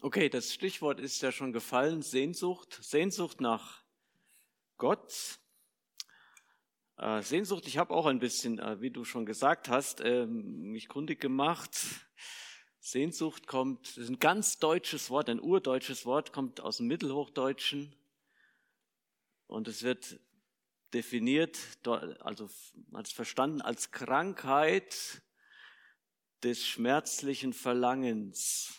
Okay, das Stichwort ist ja schon gefallen, Sehnsucht. Sehnsucht nach Gott. Sehnsucht, ich habe auch ein bisschen, wie du schon gesagt hast, mich kundig gemacht. Sehnsucht das ist ein ganz deutsches Wort, ein urdeutsches Wort, kommt aus dem Mittelhochdeutschen. Und es wird definiert, also man hat es verstanden als Krankheit des schmerzlichen Verlangens.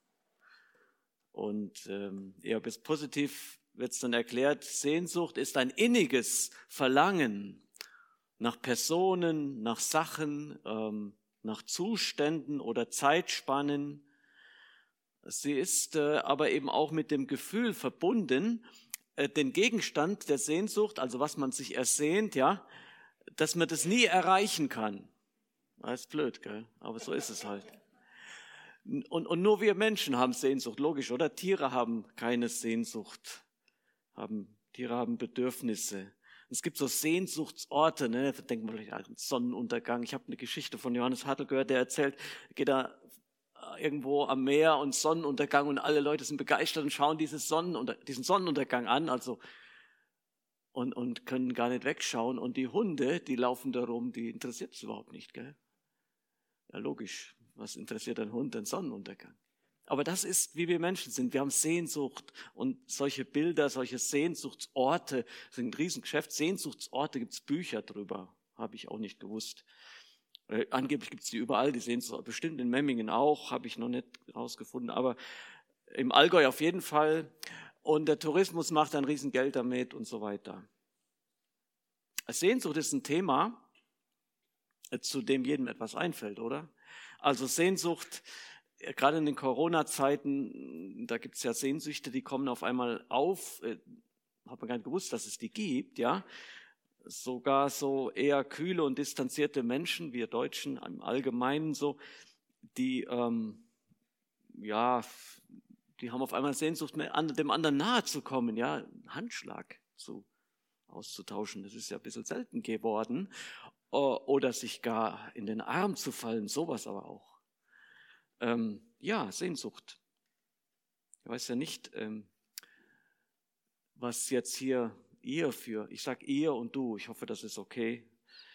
Und eher bis positiv wird es dann erklärt, Sehnsucht ist ein inniges Verlangen nach Personen, nach Sachen, nach Zuständen oder Zeitspannen. Sie ist aber eben auch mit dem Gefühl verbunden, den Gegenstand der Sehnsucht, also was man sich ersehnt, ja, dass man das nie erreichen kann. Das ist blöd, gell? Aber so ist es halt. Und nur wir Menschen haben Sehnsucht, logisch, oder? Tiere haben keine Sehnsucht. Tiere haben Bedürfnisse. Es gibt so Sehnsuchtsorte, ne? Da denkt man vielleicht an den Sonnenuntergang. Ich habe eine Geschichte von Johannes Hartl gehört, der erzählt, geht da irgendwo am Meer und Sonnenuntergang und alle Leute sind begeistert und schauen diesen Sonnenuntergang an, also und können gar nicht wegschauen. Und die Hunde, die laufen da rum, die interessiert es überhaupt nicht, gell? Ja, logisch. Was interessiert ein Hund, den Sonnenuntergang? Aber das ist, wie wir Menschen sind. Wir haben Sehnsucht und solche Bilder, solche Sehnsuchtsorte, das ist ein Riesengeschäft. Sehnsuchtsorte, gibt es Bücher drüber, habe ich auch nicht gewusst. Angeblich gibt es die überall, die Sehnsuchtsorte, bestimmt in Memmingen auch, habe ich noch nicht rausgefunden, aber im Allgäu auf jeden Fall. Und der Tourismus macht ein Riesengeld damit und so weiter. Sehnsucht ist ein Thema, zu dem jedem etwas einfällt, oder? Also Sehnsucht, gerade in den Corona-Zeiten, da gibt es ja Sehnsüchte, die kommen auf einmal auf. Hat man gar nicht gewusst, dass es die gibt, ja. Sogar so eher kühle und distanzierte Menschen, wir Deutschen im Allgemeinen so, die haben auf einmal Sehnsucht, dem anderen nahe zu kommen, ja, einen Handschlag auszutauschen. Das ist ja ein bisschen selten geworden. Oder sich gar in den Arm zu fallen, sowas aber auch. Sehnsucht. Ich weiß ja nicht, was jetzt hier ich sage ihr und du, ich hoffe, das ist okay,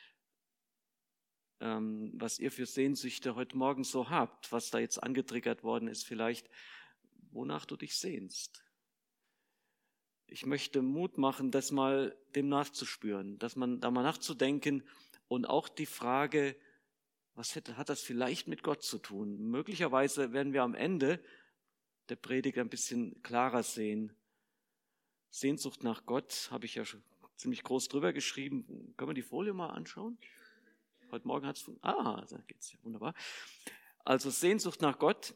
was ihr für Sehnsüchte heute Morgen so habt, was da jetzt angetriggert worden ist, vielleicht, wonach du dich sehnst. Ich möchte Mut machen, das mal dem nachzuspüren, dass man da mal nachzudenken und auch die Frage, was hat das vielleicht mit Gott zu tun? Möglicherweise werden wir am Ende der Predigt ein bisschen klarer sehen. Sehnsucht nach Gott habe ich ja schon ziemlich groß drüber geschrieben. Können wir die Folie mal anschauen? Heute Morgen hat es da geht's ja wunderbar. Also Sehnsucht nach Gott.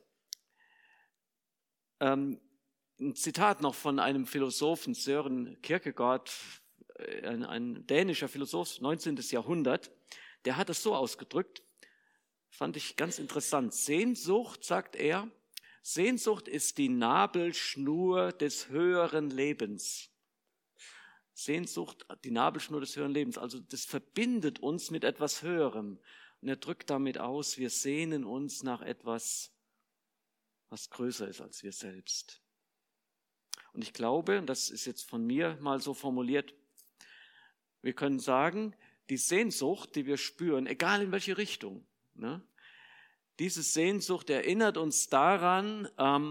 Ein Zitat noch von einem Philosophen, Søren Kierkegaard, ein dänischer Philosoph, 19. Jahrhundert, der hat es so ausgedrückt, fand ich ganz interessant. Sehnsucht, sagt er, Sehnsucht ist die Nabelschnur des höheren Lebens. Sehnsucht, die Nabelschnur des höheren Lebens, also das verbindet uns mit etwas Höherem. Und er drückt damit aus, wir sehnen uns nach etwas, was größer ist als wir selbst. Und ich glaube, und das ist jetzt von mir mal so formuliert, wir können sagen, die Sehnsucht, die wir spüren, egal in welche Richtung, ne, diese Sehnsucht erinnert uns daran,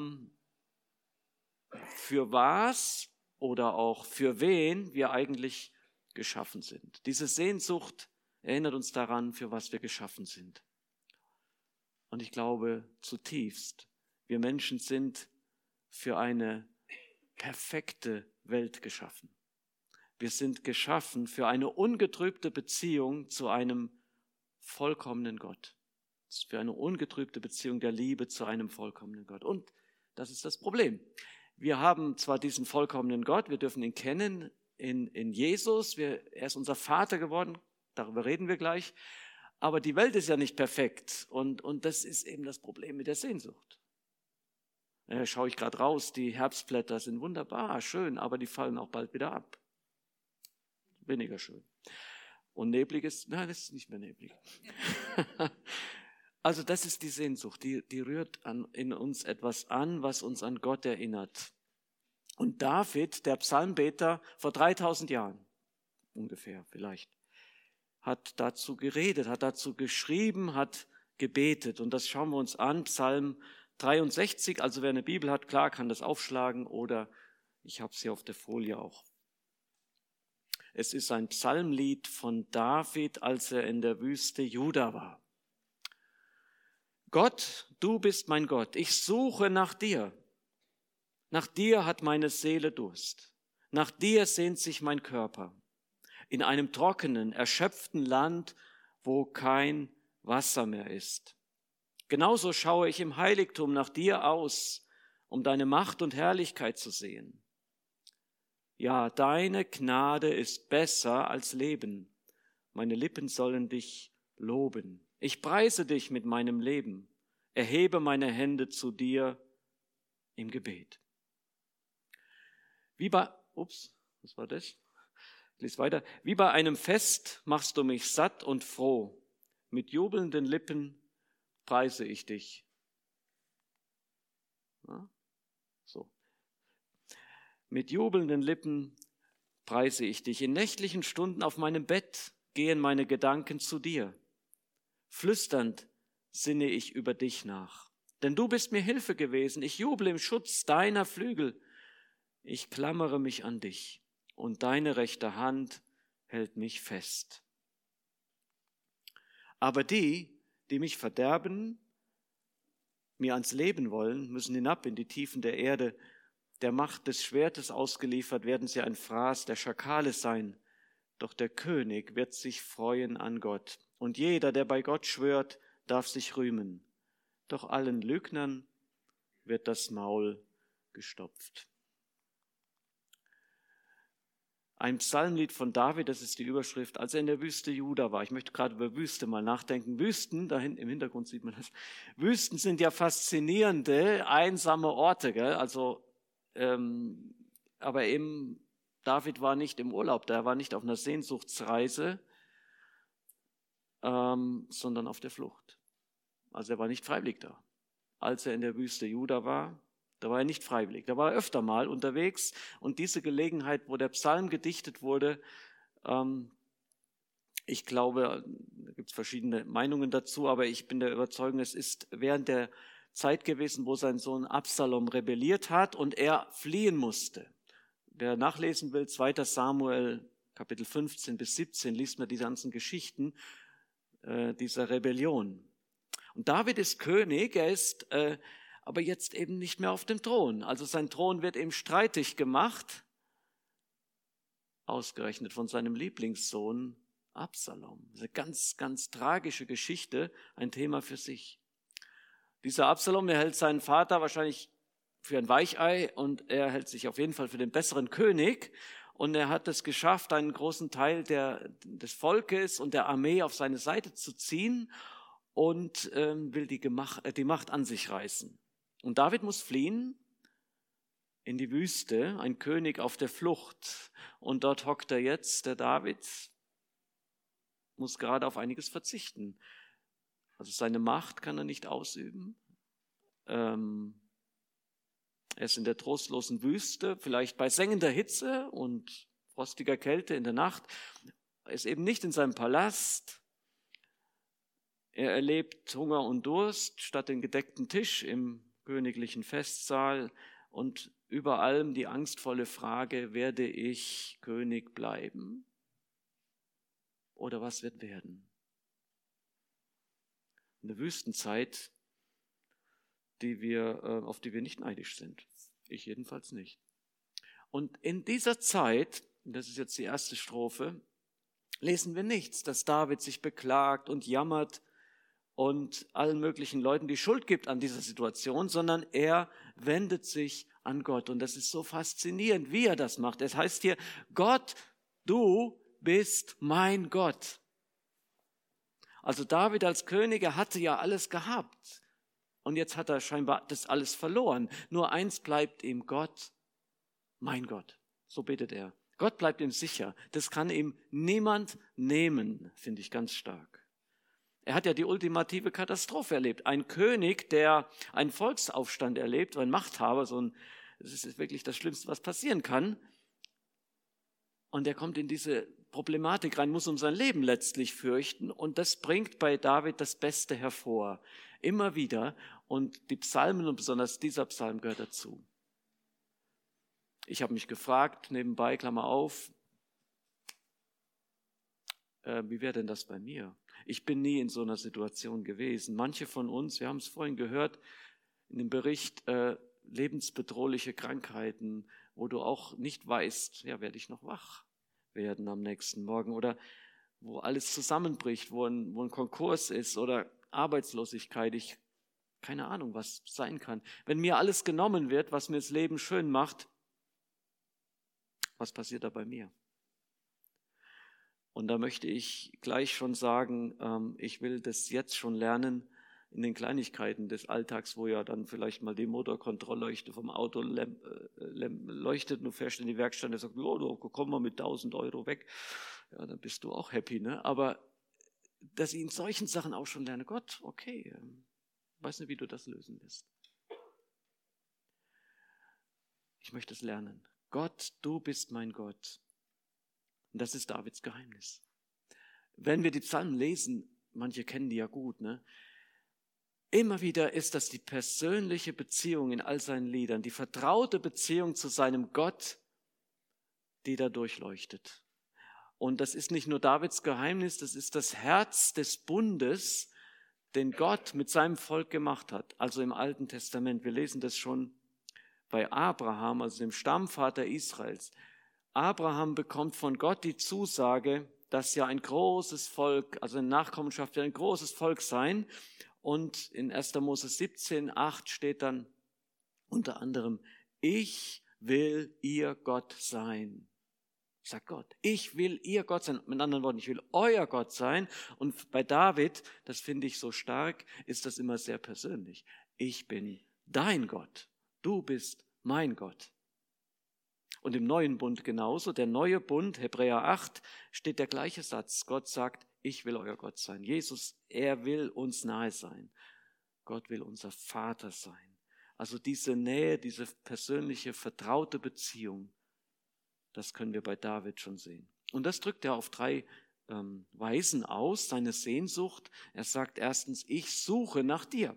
für was oder auch für wen wir eigentlich geschaffen sind. Diese Sehnsucht erinnert uns daran, für was wir geschaffen sind. Und ich glaube zutiefst, wir Menschen sind für eine perfekte Welt geschaffen. Wir sind geschaffen für eine ungetrübte Beziehung zu einem vollkommenen Gott. Für eine ungetrübte Beziehung der Liebe zu einem vollkommenen Gott. Und das ist das Problem. Wir haben zwar diesen vollkommenen Gott, wir dürfen ihn kennen in Jesus, er ist unser Vater geworden, darüber reden wir gleich, aber die Welt ist ja nicht perfekt und das ist eben das Problem mit der Sehnsucht. Schaue ich gerade raus, die Herbstblätter sind wunderbar, schön, aber die fallen auch bald wieder ab. Weniger schön. Und neblig ist, nein, es ist nicht mehr neblig. Also das ist die Sehnsucht, die rührt in uns etwas an, was uns an Gott erinnert. Und David, der Psalmbeter vor 3000 Jahren, ungefähr vielleicht, hat dazu geredet, hat dazu geschrieben, hat gebetet. Und das schauen wir uns an, Psalm 63. Also wer eine Bibel hat, klar, kann das aufschlagen oder ich habe es hier auf der Folie auch. Es ist ein Psalmlied von David, als er in der Wüste Juda war. Gott, du bist mein Gott, ich suche nach dir. Nach dir hat meine Seele Durst. Nach dir sehnt sich mein Körper. In einem trockenen, erschöpften Land, wo kein Wasser mehr ist. Genauso schaue ich im Heiligtum nach dir aus, um deine Macht und Herrlichkeit zu sehen. Ja, deine Gnade ist besser als Leben. Meine Lippen sollen dich loben. Ich preise dich mit meinem Leben, erhebe meine Hände zu dir im Gebet. Was war das? Ich lese weiter. Wie bei einem Fest machst du mich satt und froh. Mit jubelnden Lippen preise ich dich. Ja, so. Mit jubelnden Lippen preise ich dich. In nächtlichen Stunden auf meinem Bett gehen meine Gedanken zu dir. Flüsternd sinne ich über dich nach. Denn du bist mir Hilfe gewesen. Ich juble im Schutz deiner Flügel. Ich klammere mich an dich und deine rechte Hand hält mich fest. Aber die mich verderben, mir ans Leben wollen, müssen hinab in die Tiefen der Erde. Der Macht des Schwertes ausgeliefert werden sie ein Fraß der Schakale sein. Doch der König wird sich freuen an Gott. Und jeder, der bei Gott schwört, darf sich rühmen. Doch allen Lügnern wird das Maul gestopft. Ein Psalmlied von David, das ist die Überschrift, als er in der Wüste Juda war. Ich möchte gerade über Wüste mal nachdenken. Wüsten, da hinten im Hintergrund sieht man das. Wüsten sind ja faszinierende, einsame Orte, gell? Also, aber eben David war nicht im Urlaub, er war nicht auf einer Sehnsuchtsreise, sondern auf der Flucht. Also er war nicht freiwillig da. Als er in der Wüste Juda war, da war er nicht freiwillig. Da war er öfter mal unterwegs und diese Gelegenheit, wo der Psalm gedichtet wurde, ich glaube, da gibt es verschiedene Meinungen dazu, aber ich bin der Überzeugung, es ist während der Zeit gewesen, wo sein Sohn Absalom rebelliert hat und er fliehen musste. Wer nachlesen will, 2. Samuel, Kapitel 15 bis 17, liest man die ganzen Geschichten dieser Rebellion. Und David ist König, er ist aber jetzt eben nicht mehr auf dem Thron. Also sein Thron wird ihm streitig gemacht, ausgerechnet von seinem Lieblingssohn Absalom. Das ist eine ganz, ganz tragische Geschichte, ein Thema für sich. Dieser Absalom, er hält seinen Vater wahrscheinlich für ein Weichei und er hält sich auf jeden Fall für den besseren König. Und er hat es geschafft, einen großen Teil des Volkes und der Armee auf seine Seite zu ziehen und will die Macht an sich reißen. Und David muss fliehen in die Wüste, ein König auf der Flucht. Und dort hockt er jetzt, der David, muss gerade auf einiges verzichten. Also seine Macht kann er nicht ausüben. Er ist in der trostlosen Wüste, vielleicht bei sengender Hitze und frostiger Kälte in der Nacht. Er ist eben nicht in seinem Palast. Er erlebt Hunger und Durst statt den gedeckten Tisch im königlichen Festsaal und über allem die angstvolle Frage, werde ich König bleiben oder was wird werden? Eine Wüstenzeit, auf die wir nicht neidisch sind. Ich jedenfalls nicht. Und in dieser Zeit, das ist jetzt die erste Strophe, lesen wir nichts, dass David sich beklagt und jammert und allen möglichen Leuten die Schuld gibt an dieser Situation, sondern er wendet sich an Gott. Und das ist so faszinierend, wie er das macht. Es heißt hier, Gott, du bist mein Gott. Also David als König, er hatte ja alles gehabt. Und jetzt hat er scheinbar das alles verloren. Nur eins bleibt ihm, Gott, mein Gott. So betet er. Gott bleibt ihm sicher. Das kann ihm niemand nehmen, finde ich ganz stark. Er hat ja die ultimative Katastrophe erlebt. Ein König, der einen Volksaufstand erlebt, ein Machthaber, das ist wirklich das Schlimmste, was passieren kann. Und er kommt in diese Problematik rein, muss um sein Leben letztlich fürchten. Und das bringt bei David das Beste hervor. Immer wieder. Und die Psalmen und besonders dieser Psalm gehört dazu. Ich habe mich gefragt, nebenbei, Klammer auf, wie wäre denn das bei mir? Ich bin nie in so einer Situation gewesen. Manche von uns, wir haben es vorhin gehört, in dem Bericht lebensbedrohliche Krankheiten, wo du auch nicht weißt, ja, werde ich noch wach werden am nächsten Morgen oder wo alles zusammenbricht, wo ein Konkurs ist oder Arbeitslosigkeit, keine Ahnung, was sein kann. Wenn mir alles genommen wird, was mir das Leben schön macht, was passiert da bei mir? Und da möchte ich gleich schon sagen, ich will das jetzt schon lernen in den Kleinigkeiten des Alltags, wo ja dann vielleicht mal die Motorkontrollleuchte vom Auto leuchtet und du fährst in die Werkstatt und sagst, oh, komm mal mit 1.000 Euro weg. Ja, dann bist du auch happy, ne? Aber dass ich in solchen Sachen auch schon lerne, Gott, okay, weiß nicht, wie du das lösen wirst. Ich möchte es lernen. Gott, du bist mein Gott. Und das ist Davids Geheimnis. Wenn wir die Psalmen lesen, manche kennen die ja gut, ne? Immer wieder ist das die persönliche Beziehung in all seinen Liedern, die vertraute Beziehung zu seinem Gott, die da durchleuchtet. Und das ist nicht nur Davids Geheimnis, das ist das Herz des Bundes, den Gott mit seinem Volk gemacht hat. Also im Alten Testament, wir lesen das schon bei Abraham, also dem Stammvater Israels. Abraham bekommt von Gott die Zusage, dass ja ein großes Volk, also eine Nachkommenschaft, wird ein großes Volk sein. Und in 1. Mose 17,8 steht dann unter anderem, ich will ihr Gott sein. Sagt Gott, ich will ihr Gott sein. Mit anderen Worten, ich will euer Gott sein. Und bei David, das finde ich so stark, ist das immer sehr persönlich. Ich bin dein Gott. Du bist mein Gott. Und im neuen Bund genauso, der neue Bund, Hebräer 8, steht der gleiche Satz. Gott sagt, ich will euer Gott sein. Jesus, er will uns nahe sein. Gott will unser Vater sein. Also diese Nähe, diese persönliche, vertraute Beziehung, das können wir bei David schon sehen. Und das drückt er auf 3 Weisen aus, seine Sehnsucht. Er sagt erstens, ich suche nach dir.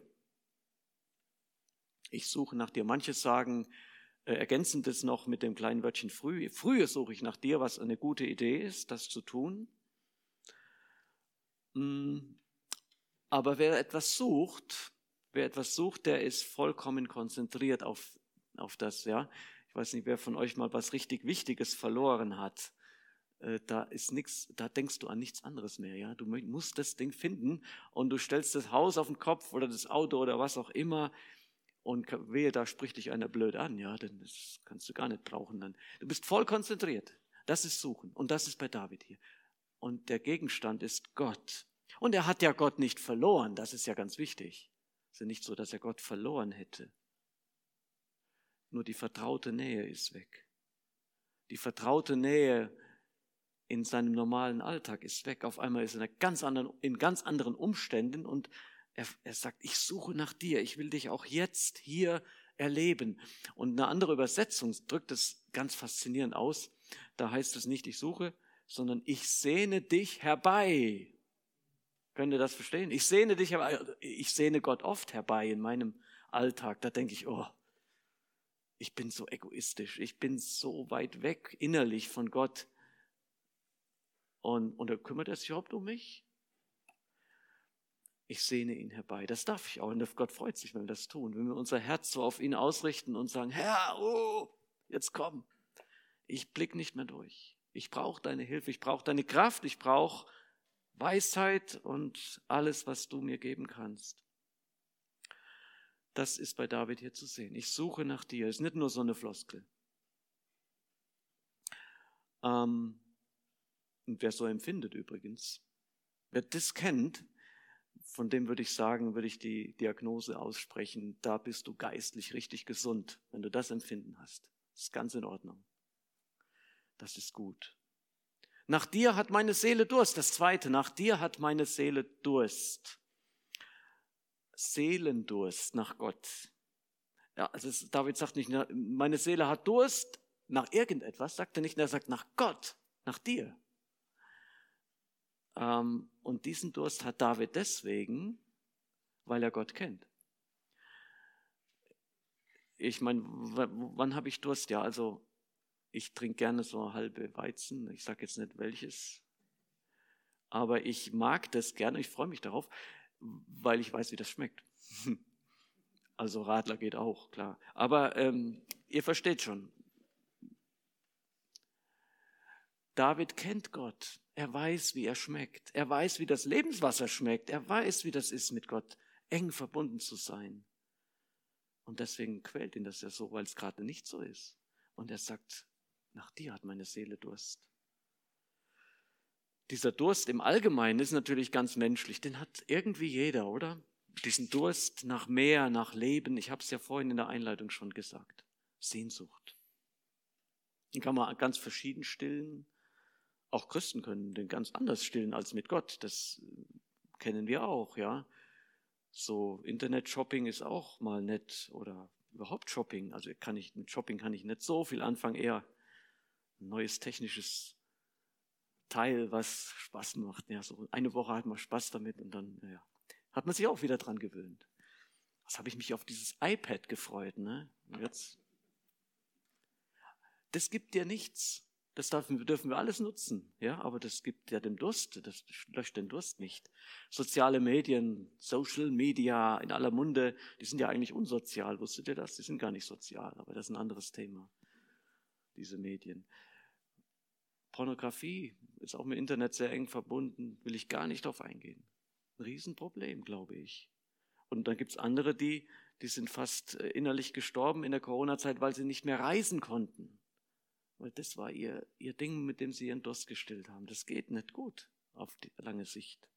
Ich suche nach dir. Manche sagen, ergänzen das noch mit dem kleinen Wörtchen früh. Frühe suche ich nach dir, was eine gute Idee ist, das zu tun. Aber wer etwas sucht, der ist vollkommen konzentriert auf das, ja. Ich weiß nicht, wer von euch mal was richtig Wichtiges verloren hat. Da ist nichts, da denkst du an nichts anderes mehr, ja. Du musst das Ding finden und du stellst das Haus auf den Kopf oder das Auto oder was auch immer und wehe, da spricht dich einer blöd an, ja, denn das kannst du gar nicht brauchen dann. Du bist voll konzentriert. Das ist Suchen und das ist bei David hier. Und der Gegenstand ist Gott. Und er hat ja Gott nicht verloren, das ist ja ganz wichtig. Es ist ja nicht so, dass er Gott verloren hätte. Nur die vertraute Nähe ist weg. Die vertraute Nähe in seinem normalen Alltag ist weg. Auf einmal ist er in ganz anderen Umständen und er sagt, ich suche nach dir, ich will dich auch jetzt hier erleben. Und eine andere Übersetzung drückt es ganz faszinierend aus. Da heißt es nicht, ich suche, sondern ich sehne dich herbei. Könnt ihr das verstehen? Ich sehne dich herbei. Ich sehne Gott oft herbei in meinem Alltag. Da denke ich, oh, ich bin so egoistisch. Ich bin so weit weg innerlich von Gott. Und da kümmert er sich überhaupt um mich? Ich sehne ihn herbei. Das darf ich auch. Und Gott freut sich, wenn wir das tun. Wenn wir unser Herz so auf ihn ausrichten und sagen, Herr, oh, jetzt komm. Ich blick nicht mehr durch. Ich brauche deine Hilfe. Ich brauche deine Kraft. Ich brauche Weisheit und alles, was du mir geben kannst. Das ist bei David hier zu sehen. Ich suche nach dir. Ist nicht nur so eine Floskel. Und wer so empfindet übrigens, wer das kennt, von dem würde ich die Diagnose aussprechen, da bist du geistlich richtig gesund, wenn du das Empfinden hast. Das ist ganz in Ordnung. Das ist gut. Nach dir hat meine Seele Durst. Das zweite, nach dir hat meine Seele Durst. Seelendurst nach Gott. Ja, also David sagt nicht, meine Seele hat Durst nach irgendetwas, sagt er nicht, er sagt nach Gott, nach dir. Und diesen Durst hat David deswegen, weil er Gott kennt. Ich meine, wann habe ich Durst? Ja, also ich trinke gerne so halbe Weizen, ich sage jetzt nicht welches, aber ich mag das gerne, ich freue mich darauf, weil ich weiß, wie das schmeckt. Also Radler geht auch, klar. Aber ihr versteht schon. David kennt Gott. Er weiß, wie er schmeckt. Er weiß, wie das Lebenswasser schmeckt. Er weiß, wie das ist, mit Gott eng verbunden zu sein. Und deswegen quält ihn das ja so, weil es gerade nicht so ist. Und er sagt, nach dir hat meine Seele Durst. Dieser Durst im Allgemeinen ist natürlich ganz menschlich. Den hat irgendwie jeder, oder? Diesen Durst nach mehr, nach Leben. Ich habe es ja vorhin in der Einleitung schon gesagt. Sehnsucht. Den kann man ganz verschieden stillen. Auch Christen können den ganz anders stillen als mit Gott. Das kennen wir auch, ja. So Internet-Shopping ist auch mal nett oder überhaupt Shopping. Also mit Shopping kann ich nicht so viel anfangen, eher ein neues technisches Teil, was Spaß macht. Ja, so eine Woche hat man Spaß damit und dann hat man sich auch wieder dran gewöhnt. Was habe ich mich auf dieses iPad gefreut, ne? Jetzt, das gibt dir nichts. Das dürfen wir alles nutzen, ja, aber das gibt ja den Durst, das löscht den Durst nicht. Soziale Medien, Social Media in aller Munde, die sind ja eigentlich unsozial, wusstet ihr das? Die sind gar nicht sozial, aber das ist ein anderes Thema, diese Medien. Pornografie ist auch mit Internet sehr eng verbunden, will ich gar nicht drauf eingehen. Ein Riesenproblem, glaube ich. Und dann gibt es andere, die sind fast innerlich gestorben in der Corona-Zeit, weil sie nicht mehr reisen konnten. Weil das war ihr Ding, mit dem sie ihren Durst gestillt haben. Das geht nicht gut auf die lange Sicht.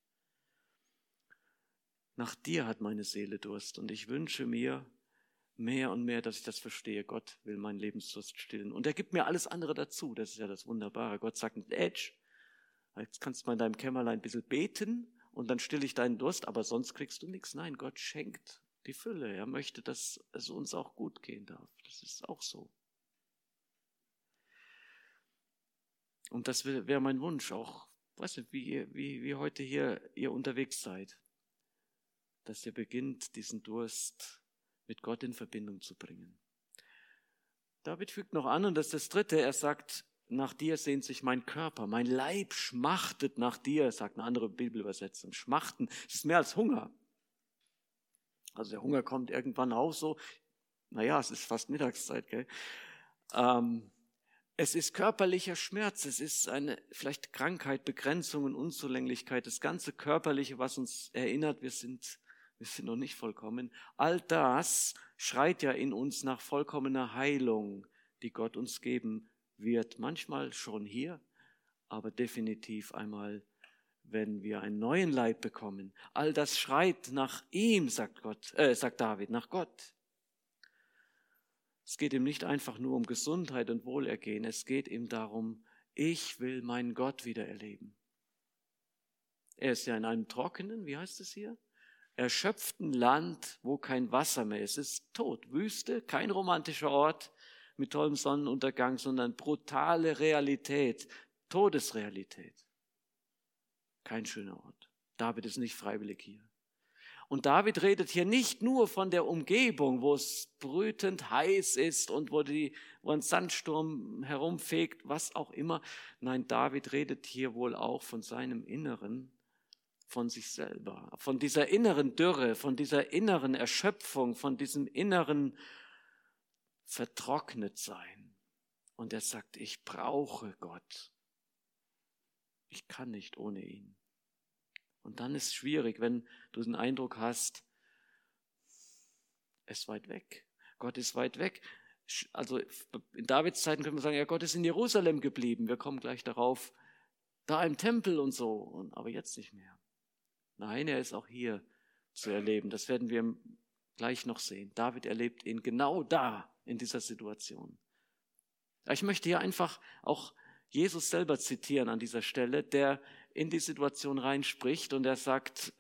Nach dir hat meine Seele Durst und ich wünsche mir mehr und mehr, dass ich das verstehe. Gott will meinen Lebensdurst stillen. Und er gibt mir alles andere dazu. Das ist ja das Wunderbare. Gott sagt nicht, Edge, jetzt kannst du mal in deinem Kämmerlein ein bisschen beten und dann stille ich deinen Durst, aber sonst kriegst du nichts. Nein, Gott schenkt die Fülle. Er möchte, dass es uns auch gut gehen darf. Das ist auch so. Und das wäre mein Wunsch auch, weiß nicht, wie heute hier ihr unterwegs seid, dass ihr beginnt, diesen Durst mit Gott in Verbindung zu bringen. David fügt noch an, und das ist das Dritte, er sagt, nach dir sehnt sich mein Körper, mein Leib schmachtet nach dir, sagt eine andere Bibelübersetzung. Schmachten, es ist mehr als Hunger. Also der Hunger kommt irgendwann auch so, es ist fast Mittagszeit, gell? Es ist körperlicher Schmerz, es ist eine vielleicht Krankheit, Begrenzungen, Unzulänglichkeit, das ganze Körperliche, was uns erinnert, wir sind noch nicht vollkommen. All das schreit ja in uns nach vollkommener Heilung, die Gott uns geben wird. Manchmal schon hier, aber definitiv einmal, wenn wir einen neuen Leib bekommen. All das schreit nach ihm, sagt David, nach Gott. Es geht ihm nicht einfach nur um Gesundheit und Wohlergehen, es geht ihm darum, ich will meinen Gott wieder erleben. Er ist ja in einem trockenen, wie heißt es hier? Erschöpften Land, wo kein Wasser mehr ist. Es ist tot, Wüste, kein romantischer Ort mit tollem Sonnenuntergang, sondern brutale Realität, Todesrealität. Kein schöner Ort. David ist nicht freiwillig hier. Und David redet hier nicht nur von der Umgebung, wo es brütend heiß ist und wo ein Sandsturm herumfegt, was auch immer. Nein, David redet hier wohl auch von seinem Inneren, von sich selber, von dieser inneren Dürre, von dieser inneren Erschöpfung, von diesem inneren Vertrocknetsein. Und er sagt, ich brauche Gott. Ich kann nicht ohne ihn. Und dann ist es schwierig, wenn du den Eindruck hast, er ist weit weg. Gott ist weit weg. Also in Davids Zeiten können wir sagen, ja, Gott ist in Jerusalem geblieben. Wir kommen gleich darauf, da im Tempel und so. Aber jetzt nicht mehr. Nein, er ist auch hier zu erleben. Das werden wir gleich noch sehen. David erlebt ihn genau da, in dieser Situation. Ich möchte hier einfach auch Jesus selber zitieren an dieser Stelle, der in die Situation reinspricht und er sagt,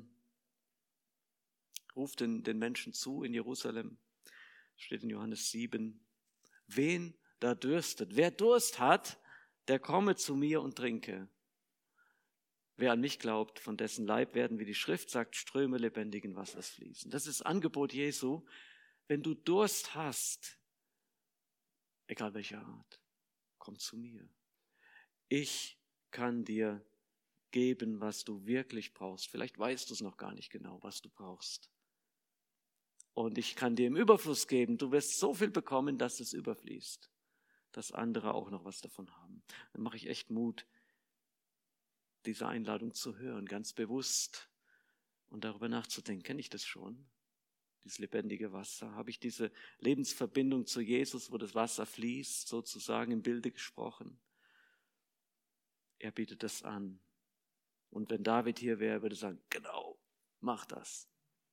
ruft den Menschen zu in Jerusalem, steht in Johannes 7, wen da dürstet, wer Durst hat, der komme zu mir und trinke. Wer an mich glaubt, von dessen Leib werden, wie die Schrift sagt, Ströme lebendigen Wassers fließen. Das ist das Angebot Jesu. Wenn du Durst hast, egal welcher Art, komm zu mir. Ich kann dir geben, was du wirklich brauchst. Vielleicht weißt du es noch gar nicht genau, was du brauchst. Und ich kann dir im Überfluss geben. Du wirst so viel bekommen, dass es überfließt, dass andere auch noch was davon haben. Dann mache ich echt Mut, diese Einladung zu hören, ganz bewusst und darüber nachzudenken. Kenne ich das schon? Dieses lebendige Wasser? Habe ich diese Lebensverbindung zu Jesus, wo das Wasser fließt, sozusagen im Bilde gesprochen? Er bietet das an. Und wenn David hier wäre, würde er sagen, genau, mach das.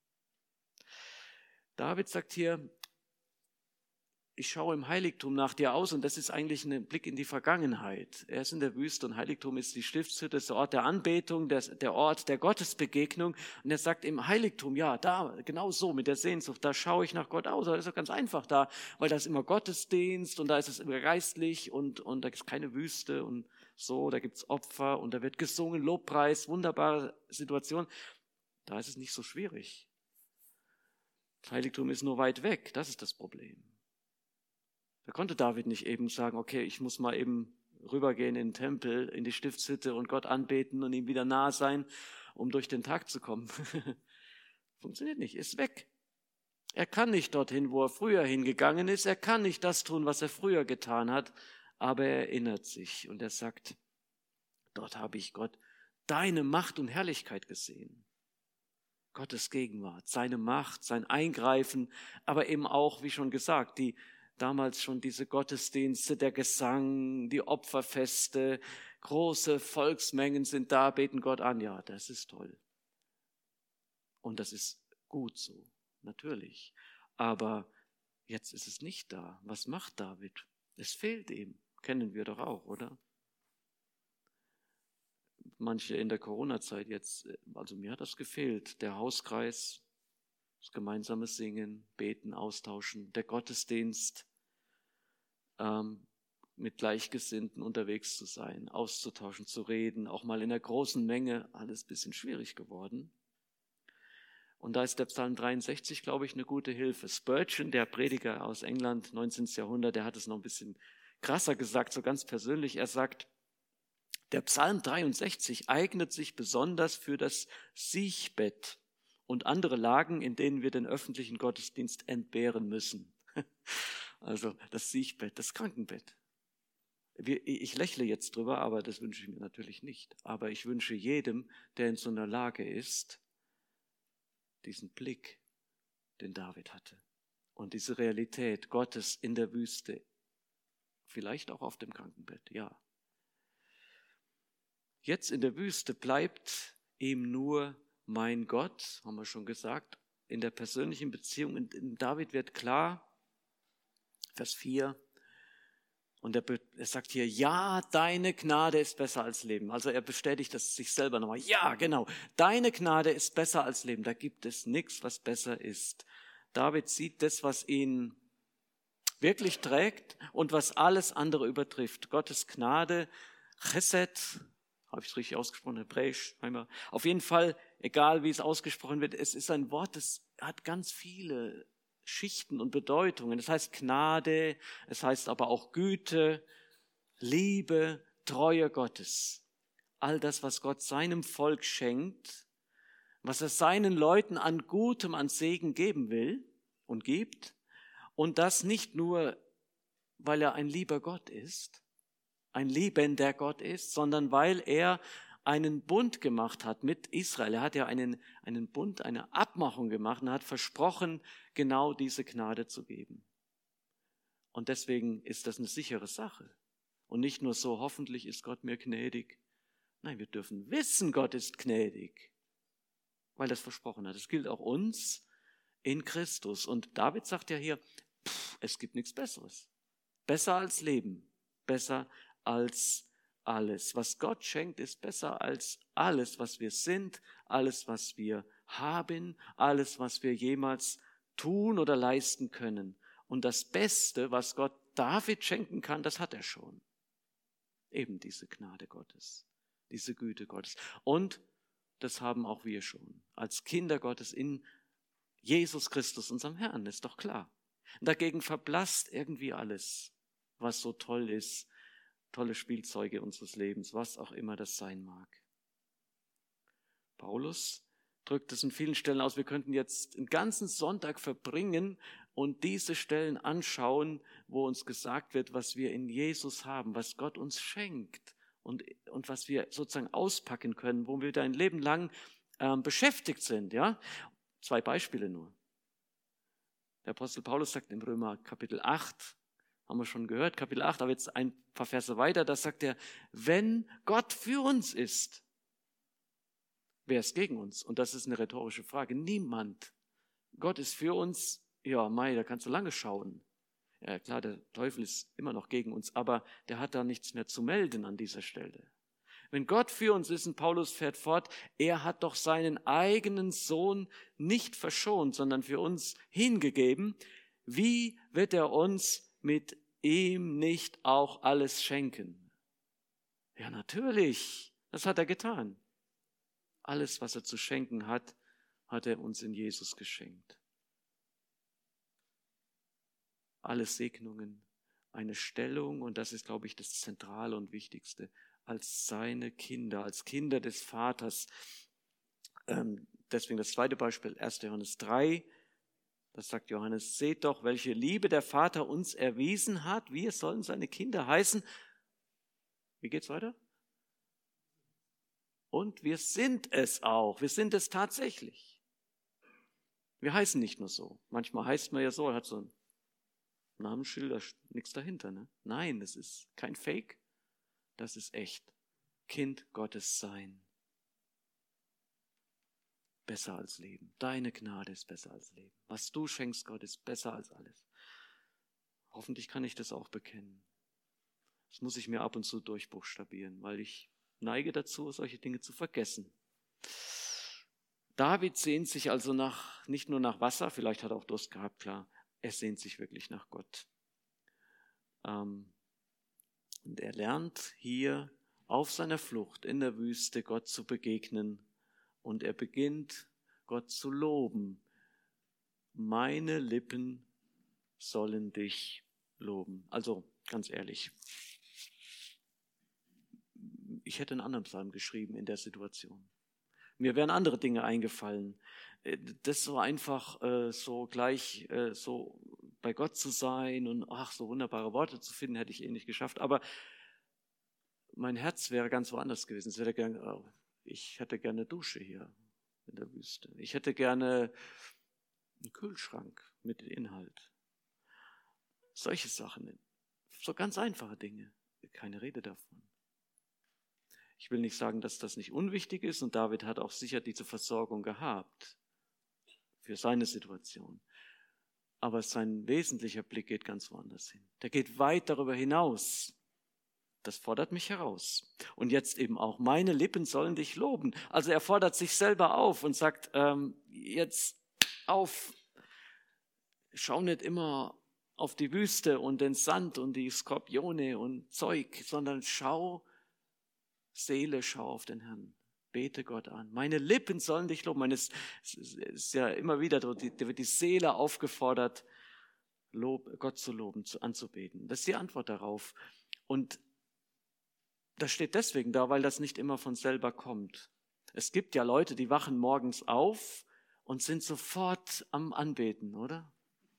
David sagt hier, ich schaue im Heiligtum nach dir aus und das ist eigentlich ein Blick in die Vergangenheit. Er ist in der Wüste und Heiligtum ist die Stiftshütte, ist der Ort der Anbetung, der Ort der Gottesbegegnung. Und er sagt im Heiligtum, ja, da, genau so, mit der Sehnsucht, da schaue ich nach Gott aus. Das ist doch ganz einfach da, weil da ist immer Gottesdienst und da ist es immer geistlich und da ist keine Wüste und so, da gibt's Opfer und da wird gesungen, Lobpreis, wunderbare Situation. Da ist es nicht so schwierig. Das Heiligtum ist nur weit weg, das ist das Problem. Da konnte David nicht eben sagen, okay, ich muss mal eben rübergehen in den Tempel, in die Stiftshütte und Gott anbeten und ihm wieder nahe sein, um durch den Tag zu kommen. Funktioniert nicht, ist weg. Er kann nicht dorthin, wo er früher hingegangen ist. Er kann nicht das tun, was er früher getan hat. Aber er erinnert sich und er sagt, dort habe ich Gott, deine Macht und Herrlichkeit gesehen. Gottes Gegenwart, seine Macht, sein Eingreifen, aber eben auch, wie schon gesagt, damals schon diese Gottesdienste, der Gesang, die Opferfeste, große Volksmengen sind da, beten Gott an. Ja, das ist toll. Und das ist gut so, natürlich. Aber jetzt ist es nicht da. Was macht David? Es fehlt ihm. Kennen wir doch auch, oder? Manche in der Corona-Zeit jetzt, also mir hat das gefehlt. Der Hauskreis, das gemeinsame Singen, Beten, Austauschen, der Gottesdienst, mit Gleichgesinnten unterwegs zu sein, auszutauschen, zu reden, auch mal in der großen Menge, alles ein bisschen schwierig geworden. Und da ist der Psalm 63, glaube ich, eine gute Hilfe. Spurgeon, der Prediger aus England, 19. Jahrhundert, der hat es noch ein bisschen krasser gesagt, so ganz persönlich. Er sagt, der Psalm 63 eignet sich besonders für das Siechbett und andere Lagen, in denen wir den öffentlichen Gottesdienst entbehren müssen. Also das Siechbett, das Krankenbett. Ich lächle jetzt drüber, aber das wünsche ich mir natürlich nicht. Aber ich wünsche jedem, der in so einer Lage ist, diesen Blick, den David hatte. Und diese Realität Gottes in der Wüste, vielleicht auch auf dem Krankenbett, ja. Jetzt in der Wüste bleibt ihm nur mein Gott, haben wir schon gesagt, in der persönlichen Beziehung. In David wird klar, Vers 4, und er sagt hier, ja, deine Gnade ist besser als Leben. Also er bestätigt das sich selber nochmal. Ja, genau, deine Gnade ist besser als Leben. Da gibt es nichts, was besser ist. David sieht das, was ihn wirklich trägt und was alles andere übertrifft. Gottes Gnade, Chesed, habe ich es richtig ausgesprochen, hebräisch, scheinbar. Auf jeden Fall, egal wie es ausgesprochen wird, es ist ein Wort, das hat ganz viele Schichten und Bedeutungen. Das heißt Gnade, es heißt aber auch Güte, Liebe, Treue Gottes. All das, was Gott seinem Volk schenkt, was er seinen Leuten an Gutem, an Segen geben will und gibt. Und das nicht nur, weil er ein lieber Gott ist, ein liebender Gott ist, sondern weil er einen Bund gemacht hat mit Israel. Er hat ja einen Bund, eine Abmachung gemacht und hat versprochen, genau diese Gnade zu geben. Und deswegen ist das eine sichere Sache. Und nicht nur so, hoffentlich ist Gott mir gnädig. Nein, wir dürfen wissen, Gott ist gnädig, weil er es versprochen hat. Das gilt auch uns in Christus. Und David sagt ja hier, es gibt nichts Besseres. Besser als Leben, besser als alles. Was Gott schenkt, ist besser als alles, was wir sind, alles, was wir haben, alles, was wir jemals tun oder leisten können. Und das Beste, was Gott David schenken kann, das hat er schon. Eben diese Gnade Gottes, diese Güte Gottes. Und das haben auch wir schon, als Kinder Gottes in Jesus Christus, unserem Herrn, ist doch klar. Und dagegen verblasst irgendwie alles, was so toll ist, tolle Spielzeuge unseres Lebens, was auch immer das sein mag. Paulus drückt es in vielen Stellen aus. Wir könnten jetzt einen ganzen Sonntag verbringen und diese Stellen anschauen, wo uns gesagt wird, was wir in Jesus haben, was Gott uns schenkt und was wir sozusagen auspacken können, wo wir da ein Leben lang beschäftigt sind. Ja? 2 Beispiele nur. Der Apostel Paulus sagt in Römer Kapitel 8, haben wir schon gehört, Kapitel 8, aber jetzt ein paar Verse weiter, da sagt er, wenn Gott für uns ist, wer ist gegen uns? Und das ist eine rhetorische Frage. Niemand. Gott ist für uns, ja, Mai, da kannst du lange schauen. Ja, klar, der Teufel ist immer noch gegen uns, aber der hat da nichts mehr zu melden an dieser Stelle. Wenn Gott für uns ist, und Paulus fährt fort, er hat doch seinen eigenen Sohn nicht verschont, sondern für uns hingegeben. Wie wird er uns mit ihm nicht auch alles schenken? Ja, natürlich, das hat er getan. Alles, was er zu schenken hat, hat er uns in Jesus geschenkt. Alle Segnungen, eine Stellung, und das ist, glaube ich, das Zentrale und Wichtigste, als seine Kinder, als Kinder des Vaters. Deswegen das zweite Beispiel, 1. Johannes 3, das sagt Johannes, seht doch, welche Liebe der Vater uns erwiesen hat, wir sollen seine Kinder heißen. Wie geht's weiter? Und wir sind es auch, wir sind es tatsächlich. Wir heißen nicht nur so. Manchmal heißt man ja so, hat so ein Namensschild, da ist nichts dahinter. Ne? Nein, das ist kein Fake, das ist echt. Kind Gottes sein. Besser als Leben. Deine Gnade ist besser als Leben. Was du schenkst, Gott, ist besser als alles. Hoffentlich kann ich das auch bekennen. Das muss ich mir ab und zu durchbuchstabieren, weil ich neige dazu, solche Dinge zu vergessen. David sehnt sich also nicht nur nach Wasser, vielleicht hat er auch Durst gehabt, klar, er sehnt sich wirklich nach Gott. Und er lernt hier auf seiner Flucht in der Wüste Gott zu begegnen und er beginnt Gott zu loben. Meine Lippen sollen dich loben. Also ganz ehrlich, ich hätte einen anderen Psalm geschrieben in der Situation. Mir wären andere Dinge eingefallen. Das so einfach so gleich so bei Gott zu sein und so wunderbare Worte zu finden, hätte ich nicht geschafft. Aber mein Herz wäre ganz woanders gewesen. Ich hätte gerne eine Dusche hier in der Wüste. Ich hätte gerne einen Kühlschrank mit Inhalt. Solche Sachen, so ganz einfache Dinge. Keine Rede davon. Ich will nicht sagen, dass das nicht unwichtig ist und David hat auch sicher diese Versorgung gehabt für seine Situation. Aber sein wesentlicher Blick geht ganz woanders hin. Der geht weit darüber hinaus. Das fordert mich heraus. Und jetzt eben auch, meine Lippen sollen dich loben. Also er fordert sich selber auf und sagt, jetzt auf, schau nicht immer auf die Wüste und den Sand und die Skorpione und Zeug, sondern Seele, schau auf den Herrn. Bete Gott an. Meine Lippen sollen dich loben. Es ist ja immer wieder, da wird die Seele aufgefordert, Gott zu loben, anzubeten. Das ist die Antwort darauf. Und das steht deswegen da, weil das nicht immer von selber kommt. Es gibt ja Leute, die wachen morgens auf und sind sofort am Anbeten, oder?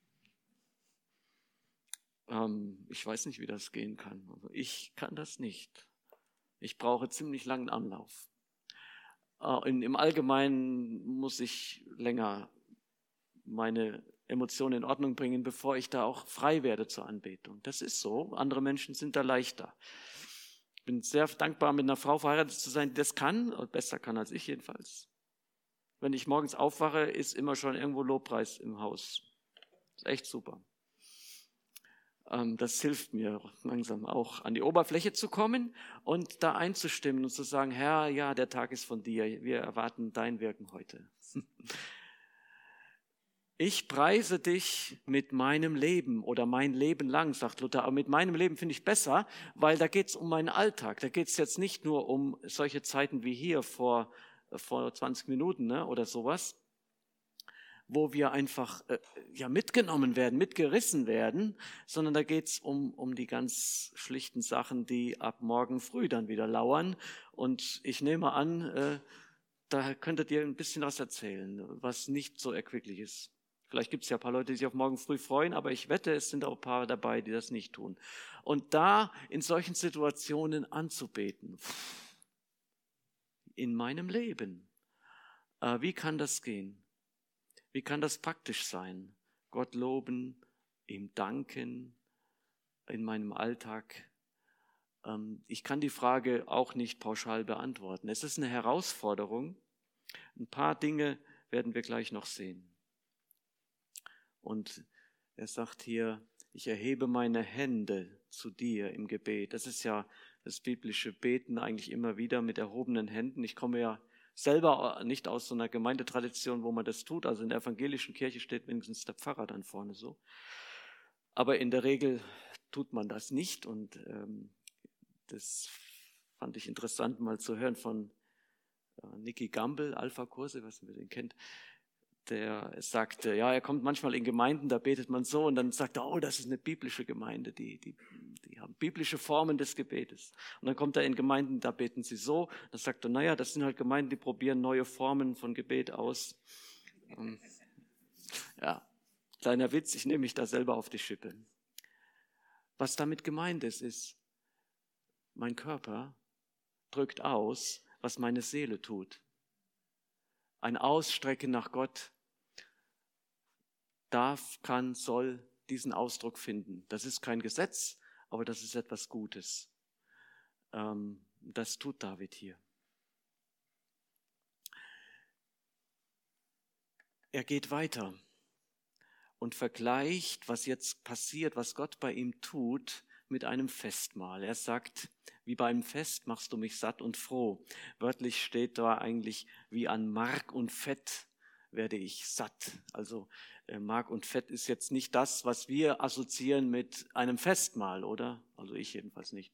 Ich weiß nicht, wie das gehen kann. Also ich kann das nicht. Ich brauche ziemlich langen Anlauf. Im Allgemeinen muss ich länger meine Emotionen in Ordnung bringen, bevor ich da auch frei werde zur Anbetung. Das ist so. Andere Menschen sind da leichter. Ich bin sehr dankbar, mit einer Frau verheiratet zu sein, die das kann, oder besser kann als ich jedenfalls. Wenn ich morgens aufwache, ist immer schon irgendwo Lobpreis im Haus. Das ist echt super. Das hilft mir langsam auch an die Oberfläche zu kommen und da einzustimmen und zu sagen, Herr, ja, der Tag ist von dir, wir erwarten dein Wirken heute. Ich preise dich mit meinem Leben oder mein Leben lang, sagt Luther. Aber mit meinem Leben finde ich besser, weil da geht es um meinen Alltag. Da geht es jetzt nicht nur um solche Zeiten wie hier vor 20 Minuten, ne, oder sowas, wo wir einfach mitgenommen werden, mitgerissen werden, sondern da geht es um die ganz schlichten Sachen, die ab morgen früh dann wieder lauern. Und ich nehme an, da könntet ihr ein bisschen was erzählen, was nicht so erquicklich ist. Vielleicht gibt es ja ein paar Leute, die sich auf morgen früh freuen, aber ich wette, es sind auch ein paar dabei, die das nicht tun. Und da in solchen Situationen anzubeten, in meinem Leben, wie kann das gehen? Wie kann das praktisch sein? Gott loben, ihm danken in meinem Alltag. Ich kann die Frage auch nicht pauschal beantworten. Es ist eine Herausforderung. Ein paar Dinge werden wir gleich noch sehen. Und er sagt hier, ich erhebe meine Hände zu dir im Gebet. Das ist ja das biblische Beten eigentlich immer wieder mit erhobenen Händen. Ich komme ja selber nicht aus so einer Gemeindetradition, wo man das tut. Also in der evangelischen Kirche steht wenigstens der Pfarrer dann vorne so. Aber in der Regel tut man das nicht. Und das fand ich interessant mal zu hören von Nicky Gamble, Alpha-Kurse, was ihr den kennt. Der sagte, ja, er kommt manchmal in Gemeinden, da betet man so und dann sagt er, oh, das ist eine biblische Gemeinde, die haben biblische Formen des Gebetes. Und dann kommt er in Gemeinden, da beten sie so. Dann sagt er, naja, das sind halt Gemeinden, die probieren neue Formen von Gebet aus. Ja, kleiner Witz, ich nehme mich da selber auf die Schippe. Was damit gemeint ist, mein Körper drückt aus, was meine Seele tut. Ein Ausstrecken nach Gott soll diesen Ausdruck finden. Das ist kein Gesetz, aber das ist etwas Gutes. Das tut David hier. Er geht weiter und vergleicht, was jetzt passiert, was Gott bei ihm tut, mit einem Festmahl. Er sagt, wie bei einem Fest machst du mich satt und froh. Wörtlich steht da eigentlich, wie an Mark und Fett werde ich satt. Also Mark und Fett ist jetzt nicht das, was wir assoziieren mit einem Festmahl, oder? Also ich jedenfalls nicht.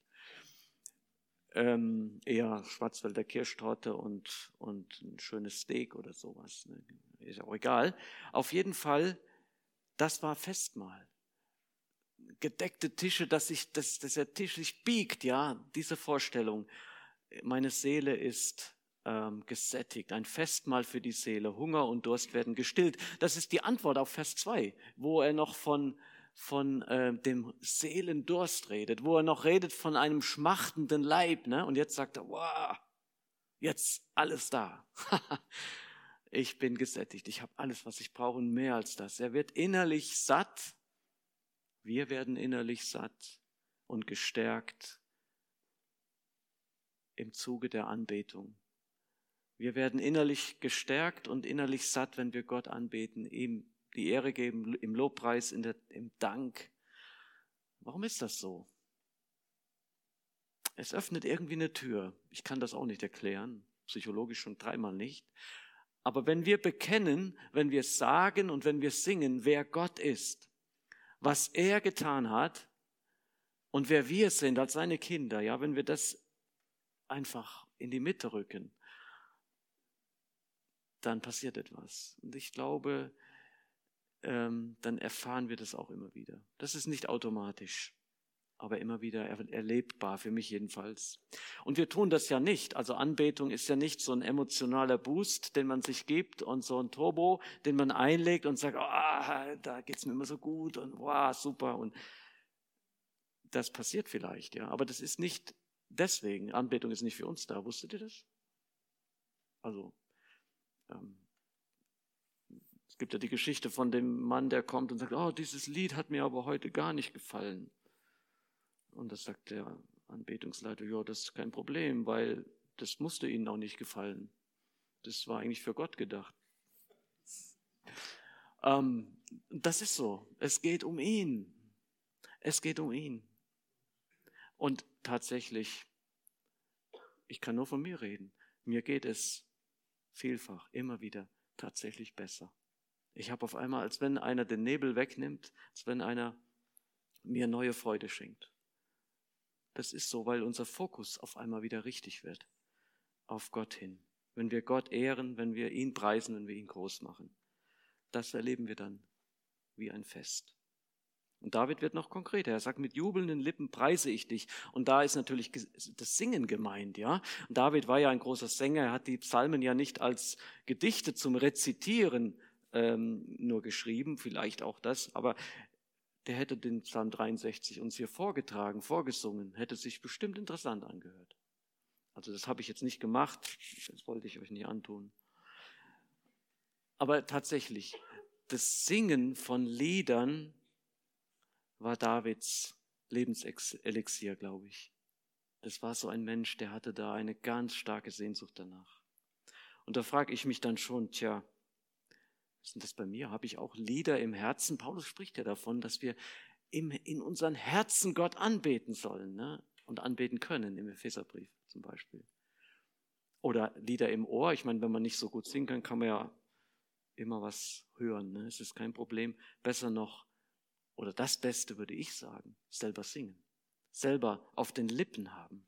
Eher Schwarzwälder Kirschtorte und ein schönes Steak oder sowas. Ne? Ist auch egal. Auf jeden Fall, das war Festmahl. Gedeckte Tische, dass der Tisch sich biegt, ja, diese Vorstellung. Meine Seele ist gesättigt, ein Festmahl für die Seele. Hunger und Durst werden gestillt. Das ist die Antwort auf Vers 2, wo er noch von dem Seelendurst redet, wo er noch redet von einem schmachtenden Leib. Ne? Und jetzt sagt er, wow, jetzt alles da. Ich bin gesättigt, ich habe alles, was ich brauche und mehr als das. Er wird innerlich satt. Wir werden innerlich satt und gestärkt im Zuge der Anbetung. Wir werden innerlich gestärkt und innerlich satt, wenn wir Gott anbeten, ihm die Ehre geben, im Lobpreis, im Dank. Warum ist das so? Es öffnet irgendwie eine Tür. Ich kann das auch nicht erklären, psychologisch schon dreimal nicht. Aber wenn wir bekennen, wenn wir sagen und wenn wir singen, wer Gott ist, was er getan hat und wer wir sind als seine Kinder, ja, wenn wir das einfach in die Mitte rücken, dann passiert etwas. Und ich glaube, dann erfahren wir das auch immer wieder. Das ist nicht automatisch, aber immer wieder erlebbar, für mich jedenfalls. Und wir tun das ja nicht. Also Anbetung ist ja nicht so ein emotionaler Boost, den man sich gibt und so ein Turbo, den man einlegt und sagt, oh, da geht's mir immer so gut und wow, super. Und das passiert vielleicht, ja. Aber das ist nicht deswegen. Anbetung ist nicht für uns da. Wusstet ihr das? Also, es gibt ja die Geschichte von dem Mann, der kommt und sagt, oh, dieses Lied hat mir aber heute gar nicht gefallen. Und das sagt der Anbetungsleiter, ja, das ist kein Problem, weil das musste ihnen auch nicht gefallen. Das war eigentlich für Gott gedacht. Das ist so. Es geht um ihn. Es geht um ihn. Und tatsächlich, ich kann nur von mir reden. Mir geht es vielfach, immer wieder tatsächlich besser. Ich habe auf einmal, als wenn einer den Nebel wegnimmt, als wenn einer mir neue Freude schenkt. Das ist so, weil unser Fokus auf einmal wieder richtig wird, auf Gott hin. Wenn wir Gott ehren, wenn wir ihn preisen, wenn wir ihn groß machen. Das erleben wir dann wie ein Fest. Und David wird noch konkreter. Er sagt, mit jubelnden Lippen preise ich dich. Und da ist natürlich das Singen gemeint, ja. Und David war ja ein großer Sänger. Er hat die Psalmen ja nicht als Gedichte zum Rezitieren nur geschrieben, vielleicht auch das, aber der hätte den Psalm 63 uns hier vorgetragen, vorgesungen, hätte sich bestimmt interessant angehört. Also das habe ich jetzt nicht gemacht, das wollte ich euch nicht antun. Aber tatsächlich, das Singen von Liedern war Davids Lebenselixier, glaube ich. Das war so ein Mensch, der hatte da eine ganz starke Sehnsucht danach. Und da frage ich mich dann schon, was ist denn das bei mir? Habe ich auch Lieder im Herzen? Paulus spricht ja davon, dass wir in unseren Herzen Gott anbeten sollen, ne? Und anbeten können, im Epheserbrief zum Beispiel. Oder Lieder im Ohr. Ich meine, wenn man nicht so gut singen kann, kann man ja immer was hören. Ne? Es ist kein Problem. Besser noch, oder das Beste würde ich sagen, selber singen. Selber auf den Lippen haben.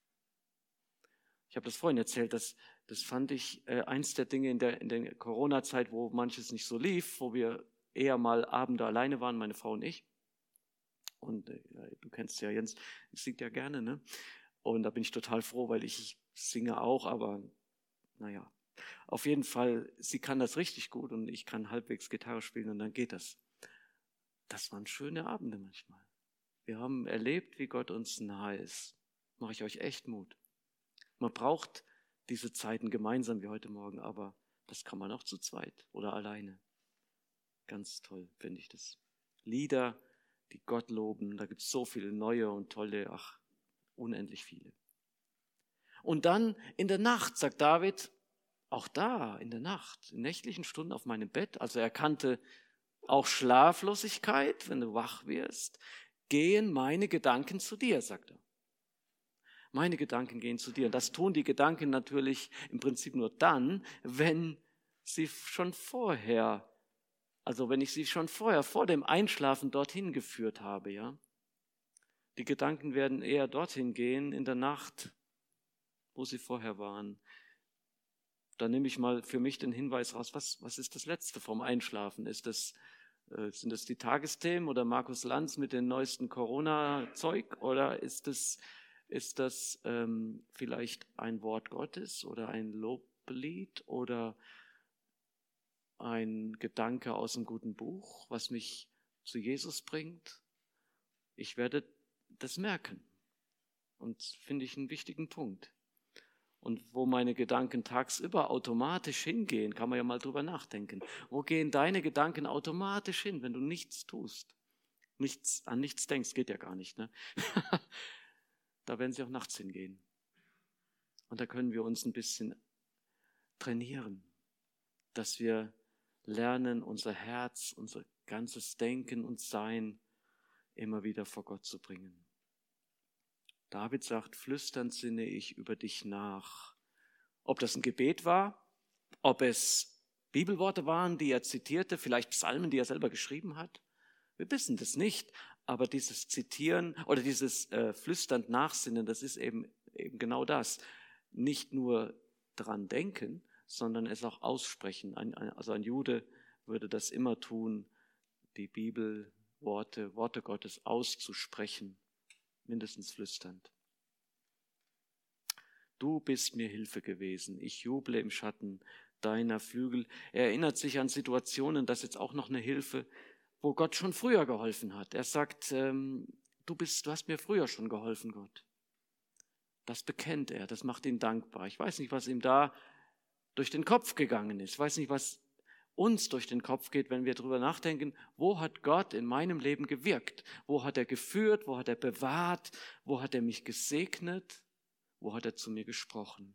Ich habe das vorhin erzählt, das fand ich eins der Dinge in der Corona-Zeit, wo manches nicht so lief, wo wir eher mal Abende alleine waren, meine Frau und ich. Und du kennst ja Jens, ich singe ja gerne, ne? Und da bin ich total froh, weil ich singe auch, aber naja. Auf jeden Fall, sie kann das richtig gut und ich kann halbwegs Gitarre spielen und dann geht das. Das waren schöne Abende manchmal. Wir haben erlebt, wie Gott uns nahe ist. Mache ich euch echt Mut. Man braucht diese Zeiten gemeinsam wie heute Morgen, aber das kann man auch zu zweit oder alleine. Ganz toll, finde ich das. Lieder, die Gott loben, da gibt es so viele neue und tolle, unendlich viele. Und dann in der Nacht, sagt David, auch da in der Nacht, in nächtlichen Stunden auf meinem Bett, also er kannte auch Schlaflosigkeit, wenn du wach wirst, gehen meine Gedanken zu dir, sagt er. Meine Gedanken gehen zu dir. Und das tun die Gedanken natürlich im Prinzip nur dann, wenn sie schon vorher, also wenn ich sie schon vorher, vor dem Einschlafen dorthin geführt habe, ja. Die Gedanken werden eher dorthin gehen in der Nacht, wo sie vorher waren. Da nehme ich mal für mich den Hinweis raus, was ist das Letzte vom Einschlafen? Sind das die Tagesthemen oder Markus Lanz mit dem neuesten Corona-Zeug oder ist das vielleicht ein Wort Gottes oder ein Loblied oder ein Gedanke aus einem guten Buch, was mich zu Jesus bringt? Ich werde das merken und finde ich einen wichtigen Punkt. Und wo meine Gedanken tagsüber automatisch hingehen, kann man ja mal drüber nachdenken. Wo gehen deine Gedanken automatisch hin, wenn du nichts tust? An nichts denkst, geht ja gar nicht, ne? Da werden sie auch nachts hingehen. Und da können wir uns ein bisschen trainieren, dass wir lernen, unser Herz, unser ganzes Denken und Sein immer wieder vor Gott zu bringen. David sagt, flüsternd sinne ich über dich nach. Ob das ein Gebet war, ob es Bibelworte waren, die er zitierte, vielleicht Psalmen, die er selber geschrieben hat. Wir wissen das nicht, aber dieses Zitieren oder dieses flüsternd Nachsinnen, das ist eben genau das. Nicht nur dran denken, sondern es auch aussprechen. Also ein Jude würde das immer tun, die Bibelworte, Worte Gottes auszusprechen, mindestens flüsternd. Du bist mir Hilfe gewesen, ich juble im Schatten deiner Flügel. Er erinnert sich an Situationen, das ist jetzt auch noch eine Hilfe, wo Gott schon früher geholfen hat. Er sagt, du hast mir früher schon geholfen, Gott. Das bekennt er, das macht ihn dankbar. Ich weiß nicht, was ihm da durch den Kopf gegangen ist. Ich weiß nicht, was uns durch den Kopf geht, wenn wir darüber nachdenken, wo hat Gott in meinem Leben gewirkt? Wo hat er geführt? Wo hat er bewahrt? Wo hat er mich gesegnet? Wo hat er zu mir gesprochen?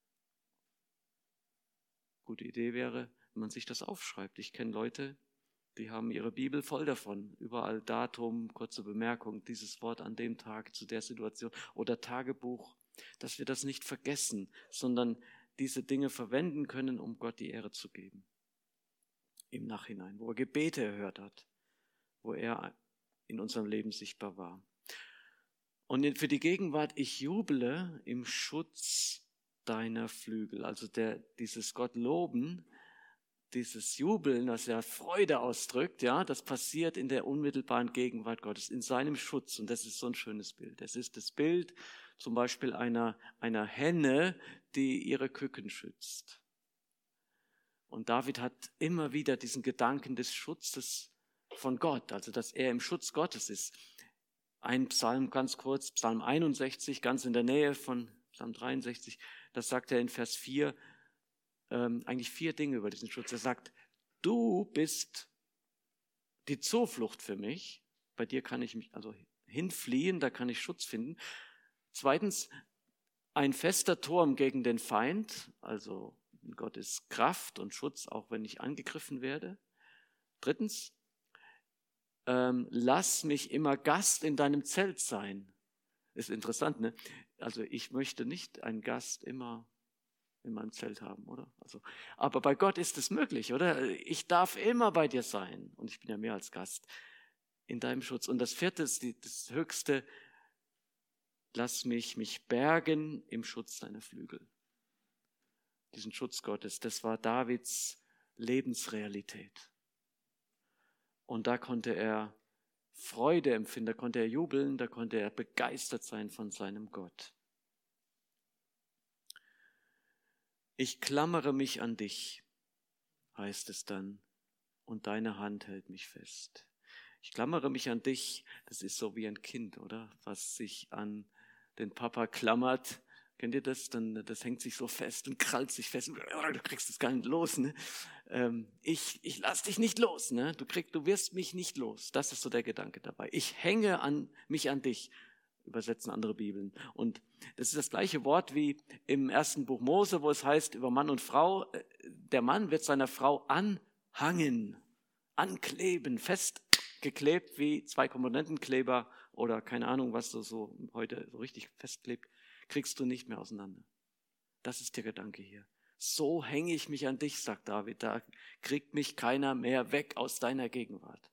Gute Idee wäre, wenn man sich das aufschreibt. Ich kenne Leute, Die haben ihre Bibel voll davon. Überall Datum, kurze Bemerkung, dieses Wort an dem Tag, zu der Situation oder Tagebuch, dass wir das nicht vergessen, sondern diese Dinge verwenden können, um Gott die Ehre zu geben. Im Nachhinein, wo er Gebete erhört hat, wo er in unserem Leben sichtbar war. Und für die Gegenwart, ich jubele im Schutz deiner Flügel. Also dieses Gott loben, dieses Jubeln, das ja Freude ausdrückt, ja, das passiert in der unmittelbaren Gegenwart Gottes, in seinem Schutz. Und das ist so ein schönes Bild. Es ist das Bild zum Beispiel einer Henne, die ihre Küken schützt. Und David hat immer wieder diesen Gedanken des Schutzes von Gott, also dass er im Schutz Gottes ist. Ein Psalm ganz kurz, Psalm 61, ganz in der Nähe von Psalm 63, das sagt er in Vers 4, eigentlich 4 Dinge über diesen Schutz. Er sagt, du bist die Zuflucht für mich, bei dir kann ich mich also hinfliehen, da kann ich Schutz finden. Zweitens, ein fester Turm gegen den Feind, also Gott ist Kraft und Schutz, auch wenn ich angegriffen werde. Drittens, lass mich immer Gast in deinem Zelt sein. Ist interessant, ne? Also ich möchte nicht einen Gast immer in meinem Zelt haben, oder? Also, aber bei Gott ist es möglich, oder? Ich darf immer bei dir sein und ich bin ja mehr als Gast in deinem Schutz. Und das vierte ist das Höchste, lass mich bergen im Schutz deiner Flügel. Diesen Schutz Gottes, das war Davids Lebensrealität. Und da konnte er Freude empfinden, da konnte er jubeln, da konnte er begeistert sein von seinem Gott. Ich klammere mich an dich, heißt es dann, und deine Hand hält mich fest. Ich klammere mich an dich, das ist so wie ein Kind, oder? Was sich an den Papa klammert. Kennt ihr das? Das hängt sich so fest und krallt sich fest. Du kriegst es gar nicht los. Ne? Ich lass dich nicht los. Ne? Du wirst mich nicht los. Das ist so der Gedanke dabei. Ich hänge mich an dich, übersetzen andere Bibeln. Und das ist das gleiche Wort wie im ersten Buch Mose, wo es heißt über Mann und Frau, der Mann wird seiner Frau anhangen, ankleben, festgeklebt wie 2 Komponentenkleber oder keine Ahnung, was so heute so richtig festklebt, kriegst du nicht mehr auseinander. Das ist der Gedanke hier. So hänge ich mich an dich, sagt David, da kriegt mich keiner mehr weg aus deiner Gegenwart.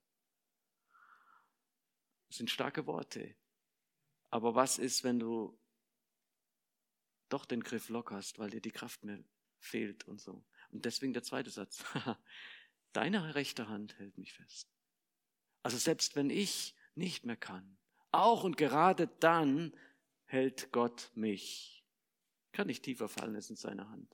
Das sind starke Worte. Aber was ist, wenn du doch den Griff lockerst, weil dir die Kraft mehr fehlt und so? Und deswegen der zweite Satz. Deine rechte Hand hält mich fest. Also selbst wenn ich nicht mehr kann, auch und gerade dann hält Gott mich. Kann nicht tiefer fallen als in seiner Hand.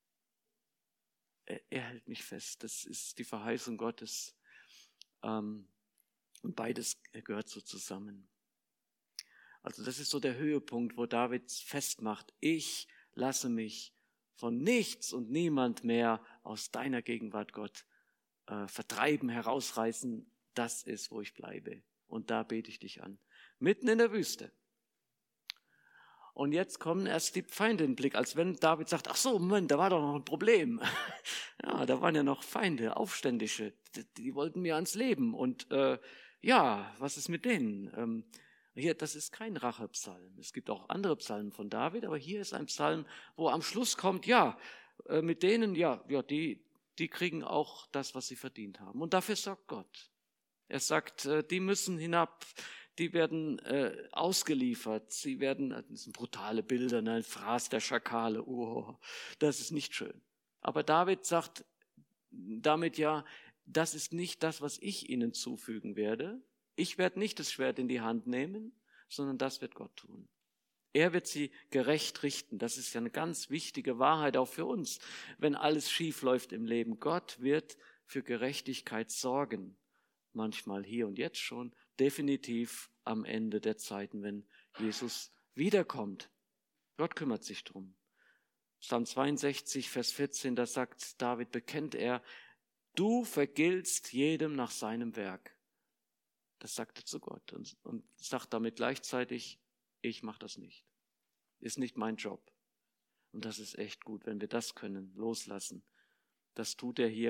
Er hält mich fest. Das ist die Verheißung Gottes. Und beides gehört so zusammen. Also das ist so der Höhepunkt, wo David festmacht, ich lasse mich von nichts und niemand mehr aus deiner Gegenwart, Gott, vertreiben, herausreißen. Das ist, wo ich bleibe. Und da bete ich dich an. Mitten in der Wüste. Und jetzt kommen erst die Feinde in den Blick, als wenn David sagt, ach so, Moment, da war doch noch ein Problem. Ja, da waren ja noch Feinde, Aufständische, die wollten mir ans Leben. Und ja, was ist mit denen? Hier, das ist kein Rachepsalm. Es gibt auch andere Psalmen von David, aber hier ist ein Psalm, wo am Schluss kommt, ja, mit denen, die kriegen auch das, was sie verdient haben. Und dafür sorgt Gott. Er sagt, die müssen hinab, die werden ausgeliefert, sie werden, das sind brutale Bilder, ein Fraß der Schakale, das ist nicht schön. Aber David sagt damit ja, das ist nicht das, was ich ihnen zufügen werde. Ich werde nicht das Schwert in die Hand nehmen, sondern das wird Gott tun. Er wird sie gerecht richten. Das ist ja eine ganz wichtige Wahrheit auch für uns, wenn alles schief läuft im Leben. Gott wird für Gerechtigkeit sorgen. Manchmal hier und jetzt schon, definitiv am Ende der Zeiten, wenn Jesus wiederkommt. Gott kümmert sich drum. Psalm 62, Vers 14, da sagt David, bekennt er, du vergiltst jedem nach seinem Werk. Das sagt er zu Gott und sagt damit gleichzeitig, ich mache das nicht. Ist nicht mein Job. Und das ist echt gut, wenn wir das können, loslassen. Das tut er hier und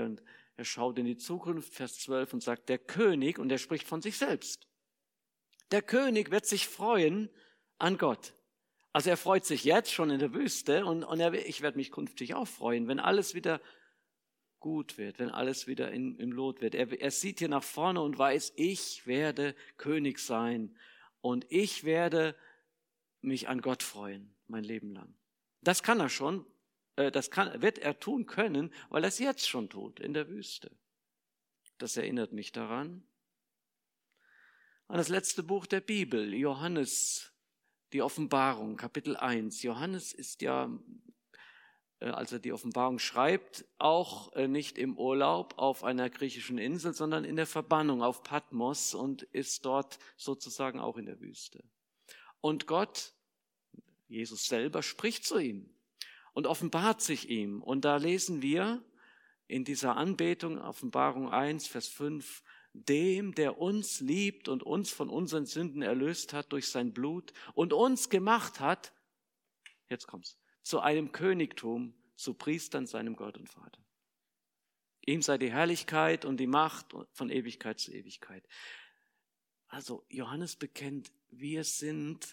er schaut in die Zukunft, Vers 12, und sagt, der König, und er spricht von sich selbst, der König wird sich freuen an Gott. Also er freut sich jetzt schon in der Wüste und ich werde mich künftig auch freuen, wenn alles wieder gut wird, wenn alles wieder im Lot wird. Er sieht hier nach vorne und weiß, ich werde König sein und ich werde mich an Gott freuen, mein Leben lang. Das kann er schon, wird er tun können, weil er es jetzt schon tut, in der Wüste. Das erinnert mich daran. An das letzte Buch der Bibel, Johannes, die Offenbarung, Kapitel 1. Johannes ist ja, als er die Offenbarung schreibt, auch nicht im Urlaub auf einer griechischen Insel, sondern in der Verbannung auf Patmos und ist dort sozusagen auch in der Wüste. Und Gott, Jesus selber, spricht zu ihm und offenbart sich ihm. Und da lesen wir in dieser Anbetung, Offenbarung 1, Vers 5, dem, der uns liebt und uns von unseren Sünden erlöst hat durch sein Blut und uns gemacht hat, jetzt kommt's, zu einem Königtum, zu Priestern seinem Gott und Vater. Ihm sei die Herrlichkeit und die Macht von Ewigkeit zu Ewigkeit. Also Johannes bekennt, wir sind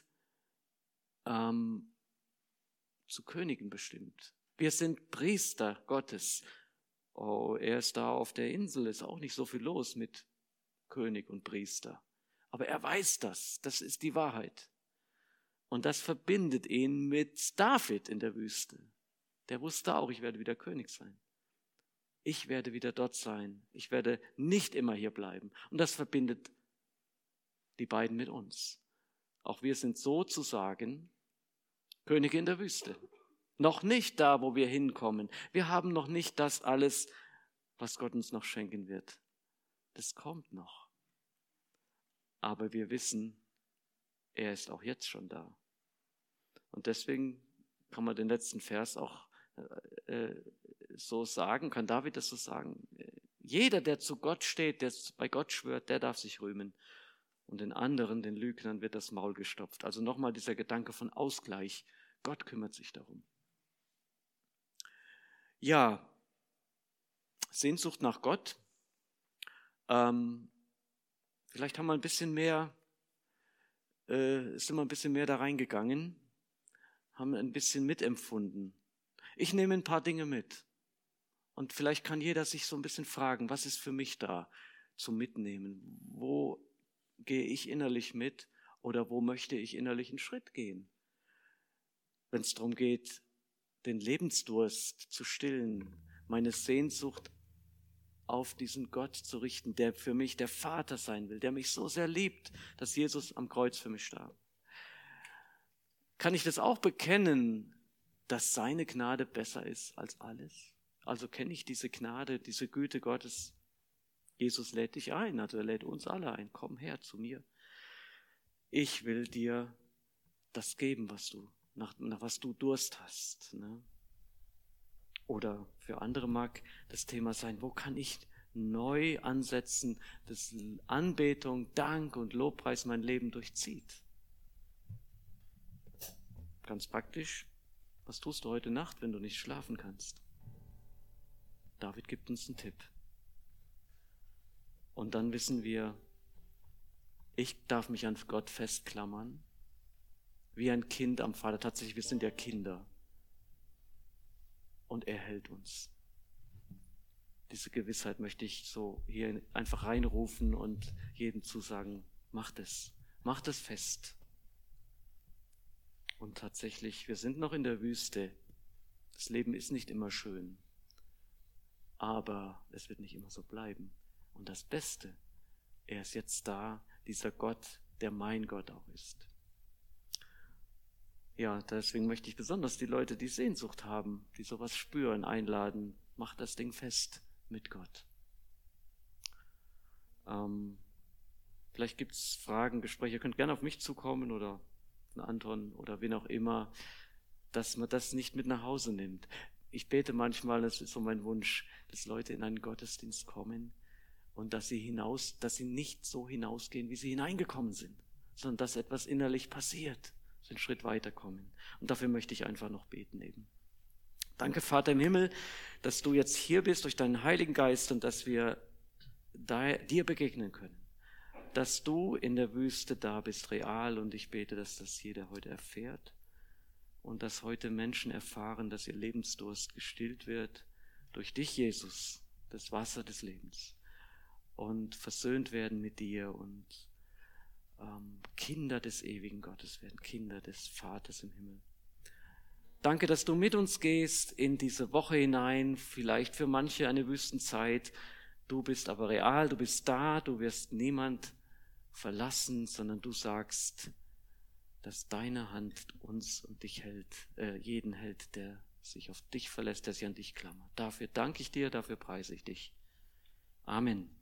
zu Königen bestimmt. Wir sind Priester Gottes. Oh, er ist da auf der Insel, ist auch nicht so viel los mit König und Priester. Aber er weiß das, das ist die Wahrheit. Und das verbindet ihn mit David in der Wüste. Der wusste auch, ich werde wieder König sein. Ich werde wieder dort sein. Ich werde nicht immer hier bleiben. Und das verbindet die beiden mit uns. Auch wir sind sozusagen Könige in der Wüste. Noch nicht da, wo wir hinkommen. Wir haben noch nicht das alles, was Gott uns noch schenken wird. Das kommt noch. Aber wir wissen, er ist auch jetzt schon da. Und deswegen kann man den letzten Vers auch so sagen, kann David das so sagen. Jeder, der zu Gott steht, der bei Gott schwört, der darf sich rühmen. Und den anderen, den Lügnern, wird das Maul gestopft. Also nochmal dieser Gedanke von Ausgleich. Gott kümmert sich darum. Ja, Sehnsucht nach Gott. Vielleicht haben wir ein bisschen mehr, sind wir ein bisschen mehr da reingegangen, haben ein bisschen mitempfunden. Ich nehme ein paar Dinge mit. Und vielleicht kann jeder sich so ein bisschen fragen, was ist für mich da zum Mitnehmen? Wo gehe ich innerlich mit oder wo möchte ich innerlich einen Schritt gehen? Wenn es darum geht, den Lebensdurst zu stillen, meine Sehnsucht auf diesen Gott zu richten, der für mich der Vater sein will, der mich so sehr liebt, dass Jesus am Kreuz für mich starb. Kann ich das auch bekennen, dass seine Gnade besser ist als alles? Also kenne ich diese Gnade, diese Güte Gottes. Jesus lädt dich ein, also er lädt uns alle ein. Komm her zu mir. Ich will dir das geben, was du nach was du Durst hast. Ne? Oder für andere mag das Thema sein, wo kann ich neu ansetzen, dass Anbetung, Dank und Lobpreis mein Leben durchzieht. Ganz praktisch, was tust du heute Nacht, wenn du nicht schlafen kannst? David gibt uns einen Tipp. Und dann wissen wir, ich darf mich an Gott festklammern, wie ein Kind am Vater. Tatsächlich, wir sind ja Kinder. Und er hält uns. Diese Gewissheit möchte ich so hier einfach reinrufen und jedem zusagen, macht es fest. Und tatsächlich, wir sind noch in der Wüste. Das Leben ist nicht immer schön. Aber es wird nicht immer so bleiben. Und das Beste, er ist jetzt da, dieser Gott, der mein Gott auch ist. Ja, deswegen möchte ich besonders die Leute, die Sehnsucht haben, die sowas spüren, einladen, macht das Ding fest mit Gott. Vielleicht gibt es Fragen, Gespräche, ihr könnt gerne auf mich zukommen oder Anton oder wen auch immer, dass man das nicht mit nach Hause nimmt. Ich bete manchmal, das ist so mein Wunsch, dass Leute in einen Gottesdienst kommen und dass sie nicht so hinausgehen, wie sie hineingekommen sind, sondern dass etwas innerlich passiert, einen Schritt weiterkommen. Und dafür möchte ich einfach noch beten eben. Danke, Vater im Himmel, dass du jetzt hier bist durch deinen Heiligen Geist und dass wir dir begegnen können. Dass du in der Wüste da bist, real, und ich bete, dass das jeder heute erfährt und dass heute Menschen erfahren, dass ihr Lebensdurst gestillt wird durch dich, Jesus, das Wasser des Lebens, und versöhnt werden mit dir und Kinder des ewigen Gottes werden, Kinder des Vaters im Himmel. Danke, dass du mit uns gehst in diese Woche hinein, vielleicht für manche eine Wüstenzeit. Du bist aber real, du bist da, du wirst niemand verlassen, sondern du sagst, dass deine Hand uns und dich hält, jeden hält, der sich auf dich verlässt, der sich an dich klammert. Dafür danke ich dir, dafür preise ich dich. Amen.